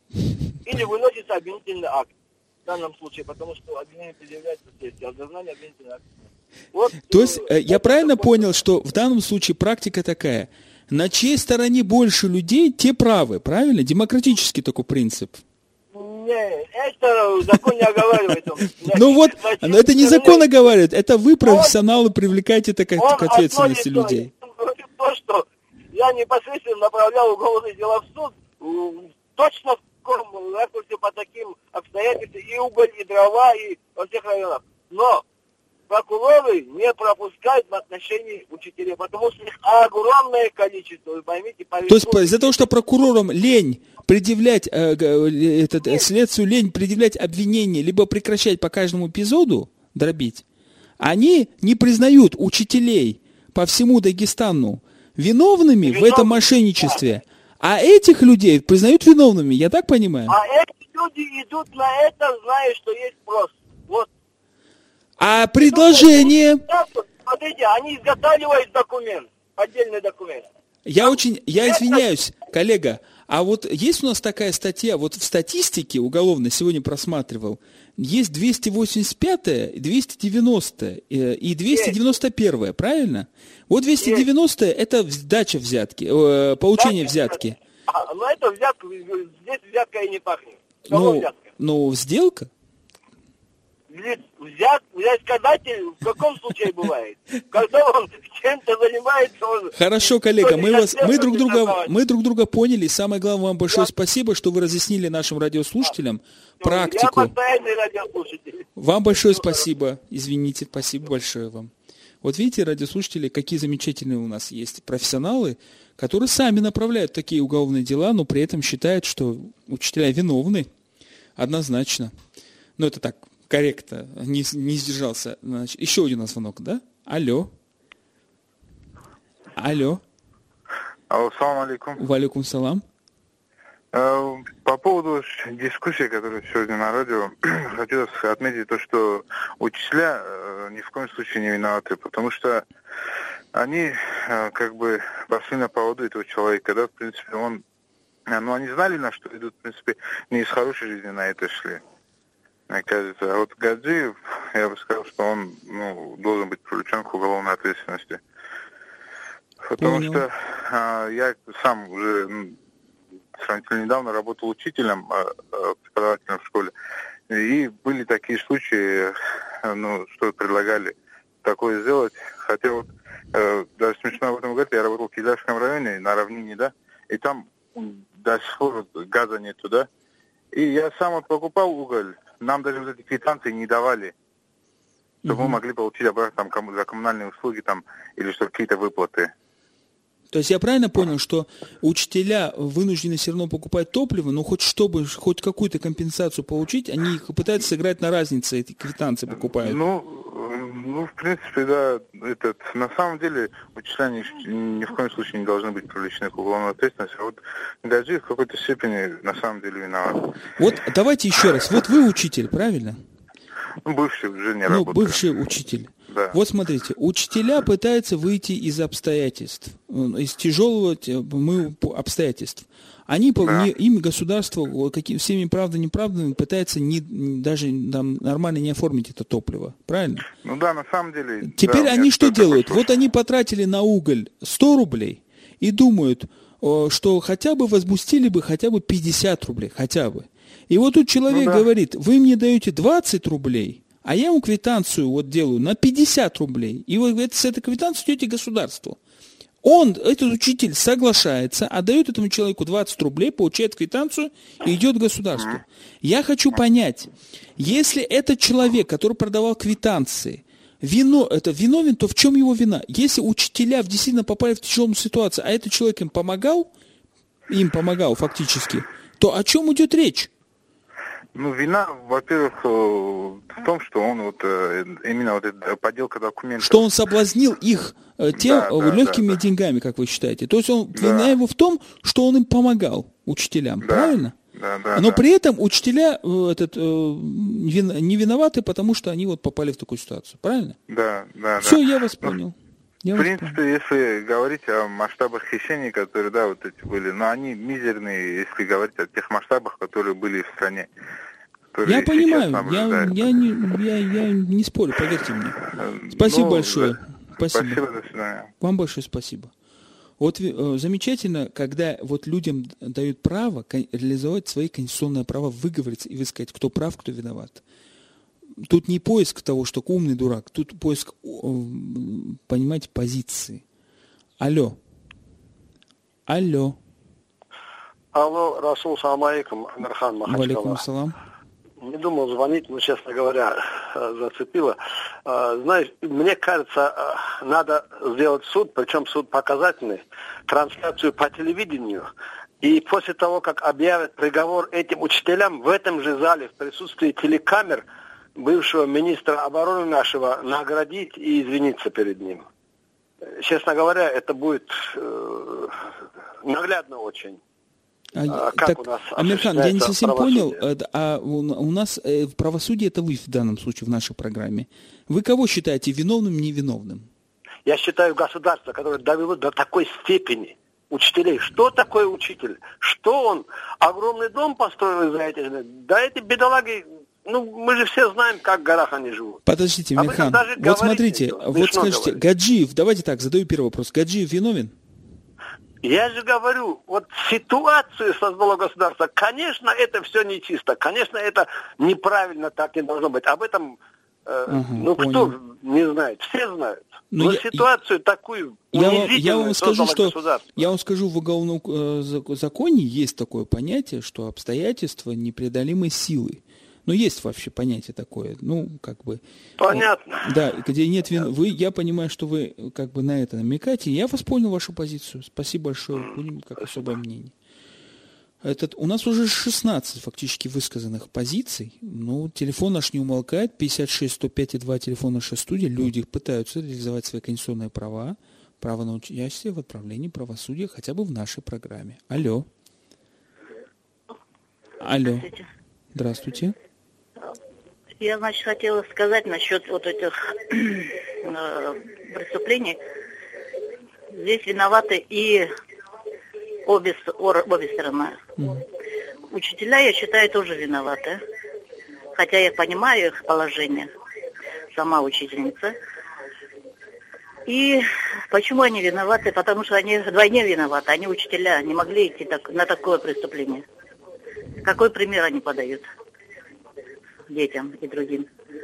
Или выносится обвинительный акт в данном случае, потому что обвинение предъявляется следствие, а дознание обвинительный акт. Вот, то есть э, я правильно такой... понял, что в данном случае практика такая, на чьей стороне больше людей, те правы, правильно? Демократический такой принцип. Нет, это закон не оговаривает. Ну вот, но это не закон оговаривает, это вы, профессионалы, привлекаете к ответственности людей. То, что я непосредственно направлял уголовные дела в суд, точно в ракурсе по таким обстоятельствам, и уголь, и дрова, и во всех районах. Но прокуроры не пропускают в отношении учителей, потому что их огромное количество, вы поймите. То есть из-за того, что прокурорам лень предъявлять, э, этот, э, следствию лень предъявлять обвинения, либо прекращать по каждому эпизоду, дробить, они не признают учителей по всему Дагестану виновными Виновны, в этом мошенничестве. Да. А этих людей признают виновными, я так понимаю? А эти люди идут на это, зная, что есть спрос. Вот. А предложение... Смотрите, они изготавливают документ, отдельный документ. Я очень, я извиняюсь, коллега, а вот есть у нас такая статья, вот в статистике уголовной сегодня просматривал, есть двести восемьдесят пятая, двести девяностая и двести девяносто первая, правильно? Вот двести девяностая это дача взятки, э, получение да, взятки. А, но это взятка, здесь взятка и не пахнет. Ну, ну, сделка? Взят, взяткодатель в каком случае бывает? Когда он чем-то занимается, он... Хорошо, коллега, мы, вас, мы, друг друга, мы друг друга поняли. Самое главное, вам большое да. спасибо, что вы разъяснили нашим радиослушателям да. практику. Я постоянный радиослушатель. Вам большое спасибо. Извините, спасибо большое вам. Вот видите, радиослушатели, какие замечательные у нас есть профессионалы, которые сами направляют такие уголовные дела, но при этом считают, что учителя виновны. Однозначно. Но это так, корректно, не, не сдержался. Значит, еще один звонок, да? Алло. Алло. Ассаламу алейкум. Валейкум салам. По поводу дискуссии, которая сегодня на радио, хотелось отметить то, что учителя ни в коем случае не виноваты, потому что они как бы пошли на поводу этого человека, да, в принципе, он, ну, они знали, на что идут, в принципе, не из хорошей жизни на это шли, мне кажется. А вот Гаджиев, я бы сказал, что он, ну, должен быть привлечен к уголовной ответственности. Потому Понял. что а, я сам уже сравнительно недавно работал учителем, преподавателем в школе, и были такие случаи, ну, что предлагали такое сделать. Хотя вот, э, даже смешно об этом говорить, я работал в Кизлярском районе, на равнине, да, и там до сих пор газа нету, да, и я сам вот покупал уголь, нам даже вот эти квитанции не давали, чтобы mm-hmm. мы могли получить обратно там, кому- за коммунальные услуги там, или что какие-то выплаты. То есть я правильно понял, что учителя вынуждены все равно покупать топливо, но хоть чтобы, хоть какую-то компенсацию получить, они пытаются сыграть на разнице, эти квитанции покупают? Ну, ну в принципе, да. Этот, на самом деле учителя ни, ни в коем случае не должны быть привлечены к уголовной ответственности. А вот Гаджиев в какой-то степени на самом деле виноват. Вот давайте еще раз. Вот вы учитель, правильно? Ну, бывший уже не ну, работает. Бывший учитель. да. Вот смотрите, учителя пытаются выйти из обстоятельств, из тяжелого мы, обстоятельств. Они, да. не, им государство какими, всеми правдами и неправдами пытается не, даже там, нормально не оформить это топливо. Правильно? Ну да, на самом деле... Теперь да, они что делают? Вот они потратили на уголь сто рублей и думают, что хотя бы возместили бы хотя бы пятьдесят рублей, хотя бы. И вот тут человек ну, да. говорит, вы мне даете двадцать рублей, а я ему квитанцию вот делаю на пятьдесят рублей. И вы с этой квитанцией идете государству. Он, этот учитель, соглашается, отдает этому человеку двадцать рублей, получает квитанцию и идет к государству. Я хочу понять, если этот человек, который продавал квитанции, вино, это виновен, то в чем его вина? Если учителя действительно попали в тяжелую ситуацию, а этот человек им помогал, им помогал фактически, то о чем идет речь? Ну, вина, во-первых, в том, что он вот именно вот эта подделка документов. Что он соблазнил их тем да, да, легкими да, да. деньгами, как вы считаете. То есть он, да. вина его в том, что он им помогал, учителям, да. правильно? Да, да, Но да. при этом учителя этот, не виноваты, потому что они вот попали в такую ситуацию, правильно? Да, да, Все, да. я вас понял. Я в принципе, понял. Если говорить о масштабах хищений, которые, да, вот эти были, но они мизерные, если говорить о тех масштабах, которые были в стране. Я понимаю, я, я, не, я, я не спорю, поверьте мне. Спасибо ну, большое. Да. Спасибо. Спасибо, до свидания. Вам большое спасибо. Вот э, замечательно, когда вот людям дают право реализовать свои конституционные права, выговориться и высказать, кто прав, кто виноват. Тут не поиск того, что умный дурак, тут поиск, понимаете, позиции. Алло. Алло. Алло, Расул, салам алейкум, Амирхан Махачкала. Валейкум салам. Не думал звонить, но, честно говоря, зацепило. Знаешь, мне кажется, надо сделать суд, причем суд показательный, трансляцию по телевидению. И после того, как объявят приговор этим учителям, в этом же зале, в присутствии телекамер, бывшего министра обороны нашего наградить и извиниться перед ним. Честно говоря, это будет э, наглядно очень. А, как так, у нас Амирхан, я не совсем понял, а у, у нас э, в правосудии это вы в данном случае в нашей программе. Вы кого считаете виновным, невиновным? Я считаю государство, которое довело до такой степени учителей. Что такое учитель? Что он? Огромный дом построил из-за этих? Да эти бедолаги, ну мы же все знаем, как в горах они живут. Подождите, Амирхан, вот смотрите, вот скажите, говорить. Гаджиев, давайте так, задаю первый вопрос. Гаджиев виновен? Я же говорю, вот ситуацию создало государство. Конечно, это все нечисто. Конечно, это неправильно, так не должно быть. Об этом, э, ага, ну, понял. Кто не знает? Все знают. Но, Но я, ситуацию я, такую унизительную я вам скажу, что я вам скажу, в уголовном э, законе есть такое понятие, что обстоятельства непреодолимой силы. Ну, есть вообще понятие такое, ну, как бы... Понятно. Да, где нет вины. Вы, я понимаю, что вы как бы на это намекаете. Я вас понял, вашу позицию. Спасибо большое. Будем как особое мнение. Этот, у нас уже шестнадцать фактически высказанных позиций. Ну, телефон наш не умолкает. пятьдесят шесть сто пять два, телефон нашей студии. Люди пытаются реализовать свои конституционные права. Право на участие в отправлении правосудия хотя бы в нашей программе. Алло. Алло. Здравствуйте. Я, значит, хотела сказать насчет вот этих э, преступлений. Здесь виноваты и обе, обе стороны. Mm. Учителя, я считаю, тоже виноваты. Хотя я понимаю их положение, сама учительница. И почему они виноваты? Потому что они вдвойне виноваты. Они учителя, не могли идти так, на такое преступление. Какой пример они подают детям и другим?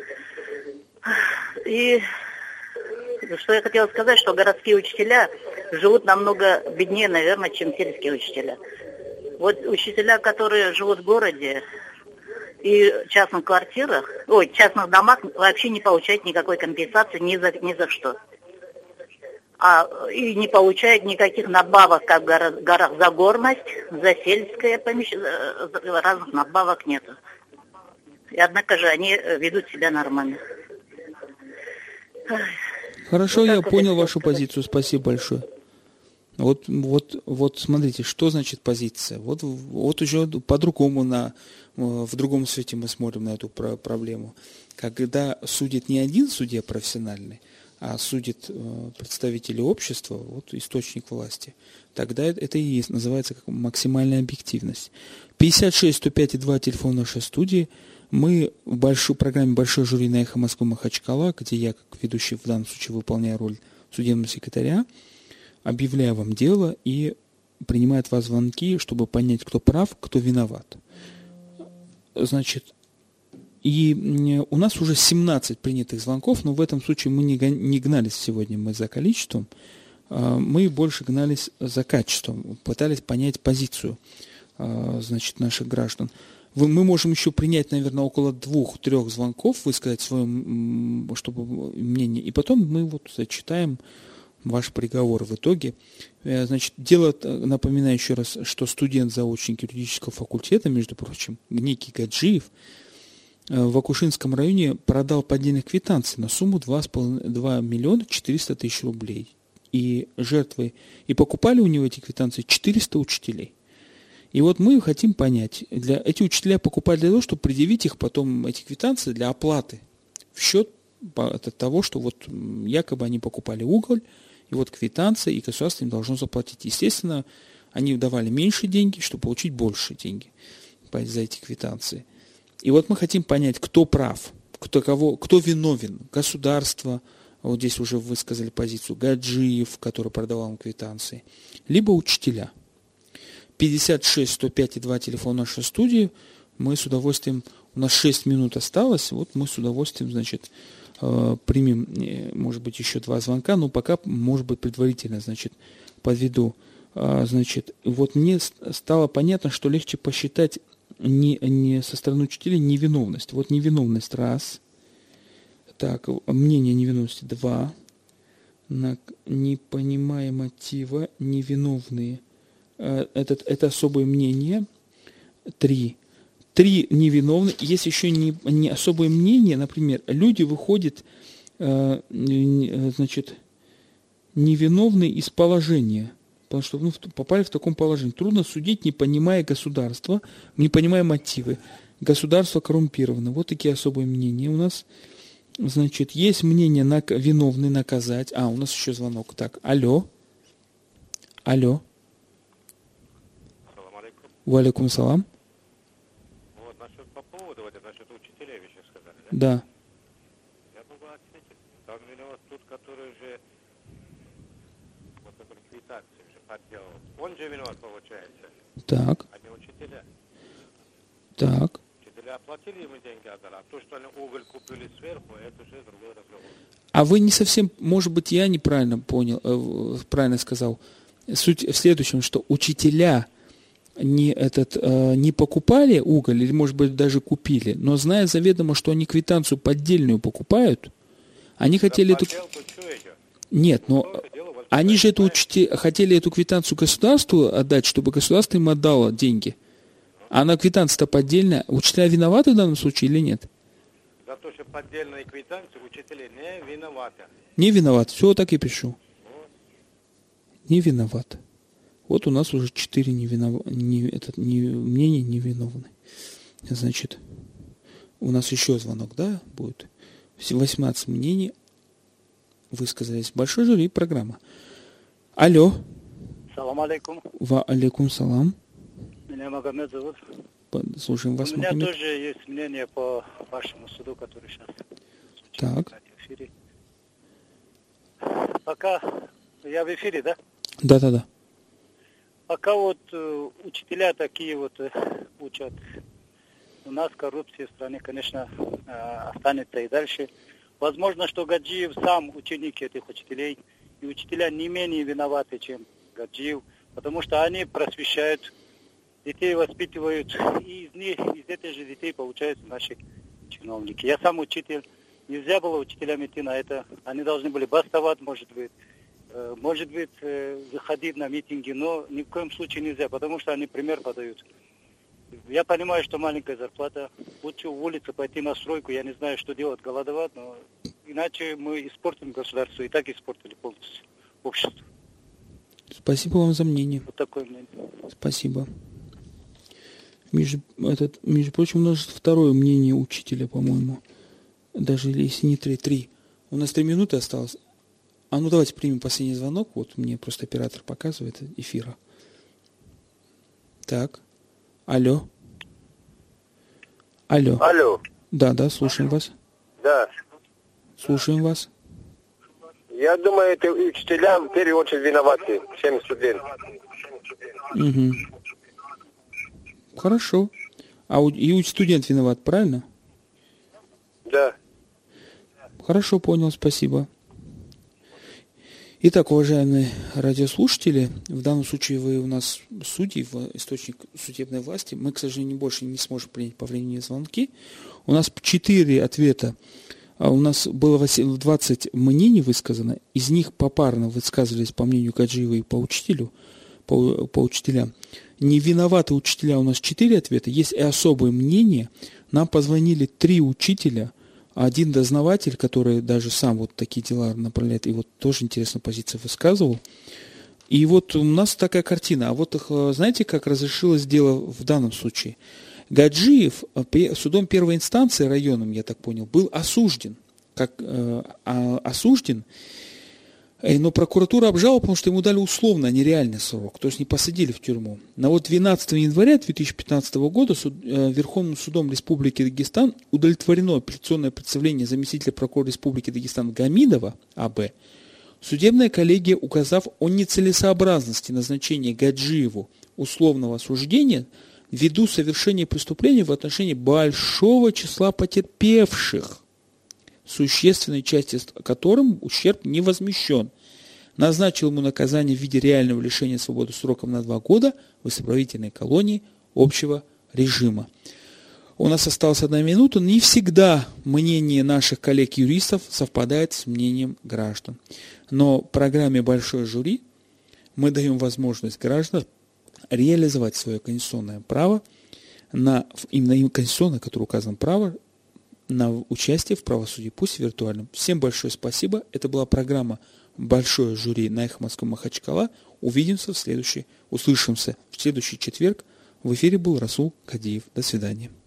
И что я хотела сказать, что городские учителя живут намного беднее, наверное, чем сельские учителя. Вот учителя, которые живут в городе и в частных квартирах, ой, в частных домах, вообще не получают никакой компенсации ни за, ни за что. А, и не получают никаких надбавок, как в горах, горах за горность, за сельское помещение, разных надбавок нету. И однако же они ведут себя нормально. Хорошо, вот я понял вашу сказать. позицию. Спасибо большое. Вот, вот, вот смотрите, что значит позиция. Вот, вот уже по-другому, на, в другом свете мы смотрим на эту проблему. Когда судит не один судья профессиональный, а судит представители общества, вот источник власти, тогда это и есть, называется как максимальная объективность. пятьдесят шесть сто пять и два телефон нашей студии. Мы в большой программе «Большой жюри» на «Эхо Москвы» Махачкала, где я, как ведущий, в данном случае выполняю роль судебного секретаря, объявляю вам дело и принимаю от вас звонки, чтобы понять, кто прав, кто виноват. Значит, и у нас уже семнадцать принятых звонков, но в этом случае мы не гнались сегодня мы за количеством, мы больше гнались за качеством, пытались понять позицию, значит, наших граждан. Мы можем еще принять, наверное, около двух-трех звонков, высказать свое чтобы, мнение, и потом мы вот зачитаем ваш приговор в итоге. Значит, дело, напоминаю еще раз, что студент-заочник юридического факультета, между прочим, некий Гаджиев, в Акушинском районе продал поддельных квитанций на сумму два миллиона четыреста тысяч рублей. И жертвы, и покупали у него эти квитанции четыреста учителей. И вот мы хотим понять, для, эти учителя покупали для того, чтобы предъявить их потом, эти квитанции, для оплаты в счет от того, что вот якобы они покупали уголь, и вот квитанция, и государство им должно заплатить. Естественно, они давали меньше деньги, чтобы получить больше деньги за эти квитанции. И вот мы хотим понять, кто прав, кто, кого, кто виновен. Государство, вот здесь уже высказали позицию, Гаджиев, который продавал им квитанции, либо учителя. пятьдесят шесть сто пять и два телефон нашей студии. Мы с удовольствием, у нас шесть минут осталось, вот мы с удовольствием, значит, примем, может быть, еще два звонка, но пока, может быть, предварительно, значит, подведу. Значит, вот мне стало понятно, что легче посчитать не, не со стороны учителей невиновность. Вот невиновность раз. Так, мнение невиновности два. Не понимая мотива, невиновные. Это, это особое мнение. Три. Три невиновные. Есть еще не, не особое мнение. Например, люди выходят, э, значит, невиновные из положения. Потому что ну, попали в таком положении. Трудно судить, не понимая государства, не понимая мотивы. Государство коррумпировано. Вот такие особые мнения у нас. Значит, есть мнение на, виновный наказать. А, у нас еще звонок. Так, алло. Алло. Ва алейкум салам. Вот, насчет по поводу, вот, насчет учителей вы сейчас сказали, да? Да. Я могу ответить. Там виноват тот, который же вот эту квитанцию же подделал. Он же виноват, получается. Так. А не учителя. Так. Учителя оплатили ему деньги, отдали. А то, что они уголь купили сверху, это уже другой разговор. А вы не совсем, может быть, я неправильно понял, э, правильно сказал. Суть в следующем, что учителя не, этот, э, не покупали уголь, или, может быть, даже купили, но зная заведомо, что они квитанцию поддельную покупают, они хотели эту... Нет, но они же эту учти... хотели эту квитанцию государству отдать, чтобы государство им отдало деньги. А на квитанция-то поддельная. Учителя виноваты в данном случае или нет? За то, что поддельные квитанции учителя не виноваты. Не виноват. Все, так и пишу. Не виноват. Вот у нас уже четыре невинов... не... этот... не... мнения невиновны. Значит, у нас еще звонок, да, будет? восемнадцать мнений высказались. Большой жюри программа. Алло. Салам алейкум. Ва алейкум салам. Меня Магомед зовут. Слушаем вас, У меня Магомед. тоже есть мнение по вашему суду, который сейчас так. в эфире. Пока я в эфире, да? Да, да, да. Пока вот э, учителя такие вот э, учат, у нас коррупция в стране, конечно, э, останется и дальше. Возможно, что Гаджиев сам ученик этих учителей, и учителя не менее виноваты, чем Гаджиев, потому что они просвещают, детей воспитывают, и из них, из этих же детей получаются наши чиновники. Я сам учитель, нельзя было учителям идти на это, они должны были бастовать, может быть, э, может быть, э, заходить на митинги, но ни в коем случае нельзя, потому что они пример подают. Я понимаю, что маленькая зарплата, лучше в улице пойти на стройку, я не знаю, что делать, голодовать, но иначе мы испортим государство, и так испортили полностью общество. Спасибо вам за мнение. Вот такое мнение. Спасибо. Между, этот, между прочим, у нас второе мнение учителя, по-моему. Даже если не три, три. У нас три минуты осталось. А ну давайте примем последний звонок. Вот мне просто оператор показывает эфира. Так. Алло. Алло. Алло. Да, да, слушаем вас. Да. Слушаем вас. Я думаю, это учителя в первую очередь виноваты, всем студентам. Угу. Хорошо. А у, и студент виноват, правильно? Да. Хорошо, понял, спасибо. Итак, уважаемые радиослушатели, в данном случае вы у нас судьи, источник судебной власти. Мы, к сожалению, больше не сможем принять по времени звонки. У нас четыре ответа. У нас было двадцать мнений высказано. Из них попарно высказывались по мнению Гаджиева и по учителю, по, по учителям. Не виноваты учителя, у нас четыре ответа. Есть и особые мнения. Нам позвонили три учителя. Один дознаватель, который даже сам вот такие дела направляет, и вот тоже интересную позицию высказывал. И вот у нас такая картина. А вот знаете, как разрешилось дело в данном случае? Гаджиев судом первой инстанции, районом, я так понял, был осужден. Как э, осужден, но прокуратура обжаловала, потому что ему дали условно, а не реальный срок, то есть не посадили в тюрьму. Но вот двенадцатого января две тысячи пятнадцатого года суд, э, Верховным судом Республики Дагестан удовлетворено апелляционное представление заместителя прокурора Республики Дагестан Гамидова А.Б. Судебная коллегия, указав о нецелесообразности назначения Гаджиеву условного осуждения ввиду совершения преступления в отношении большого числа потерпевших, существенной части которым ущерб не возмещен, назначил ему наказание в виде реального лишения свободы сроком на два года в исправительной колонии общего режима. У нас осталась одна минута. Не всегда мнение наших коллег-юристов совпадает с мнением граждан. Но в программе «Большое жюри» мы даем возможность гражданам реализовать свое конституционное право, на, именно конституционное, которое указано право, на участие в правосудии, пусть виртуальном. Всем большое спасибо. Это была программа «Большое жюри» на Эхо Москвы Махачкала. Увидимся в следующий, услышимся в следующий четверг. В эфире был Расул Кадиев. До свидания.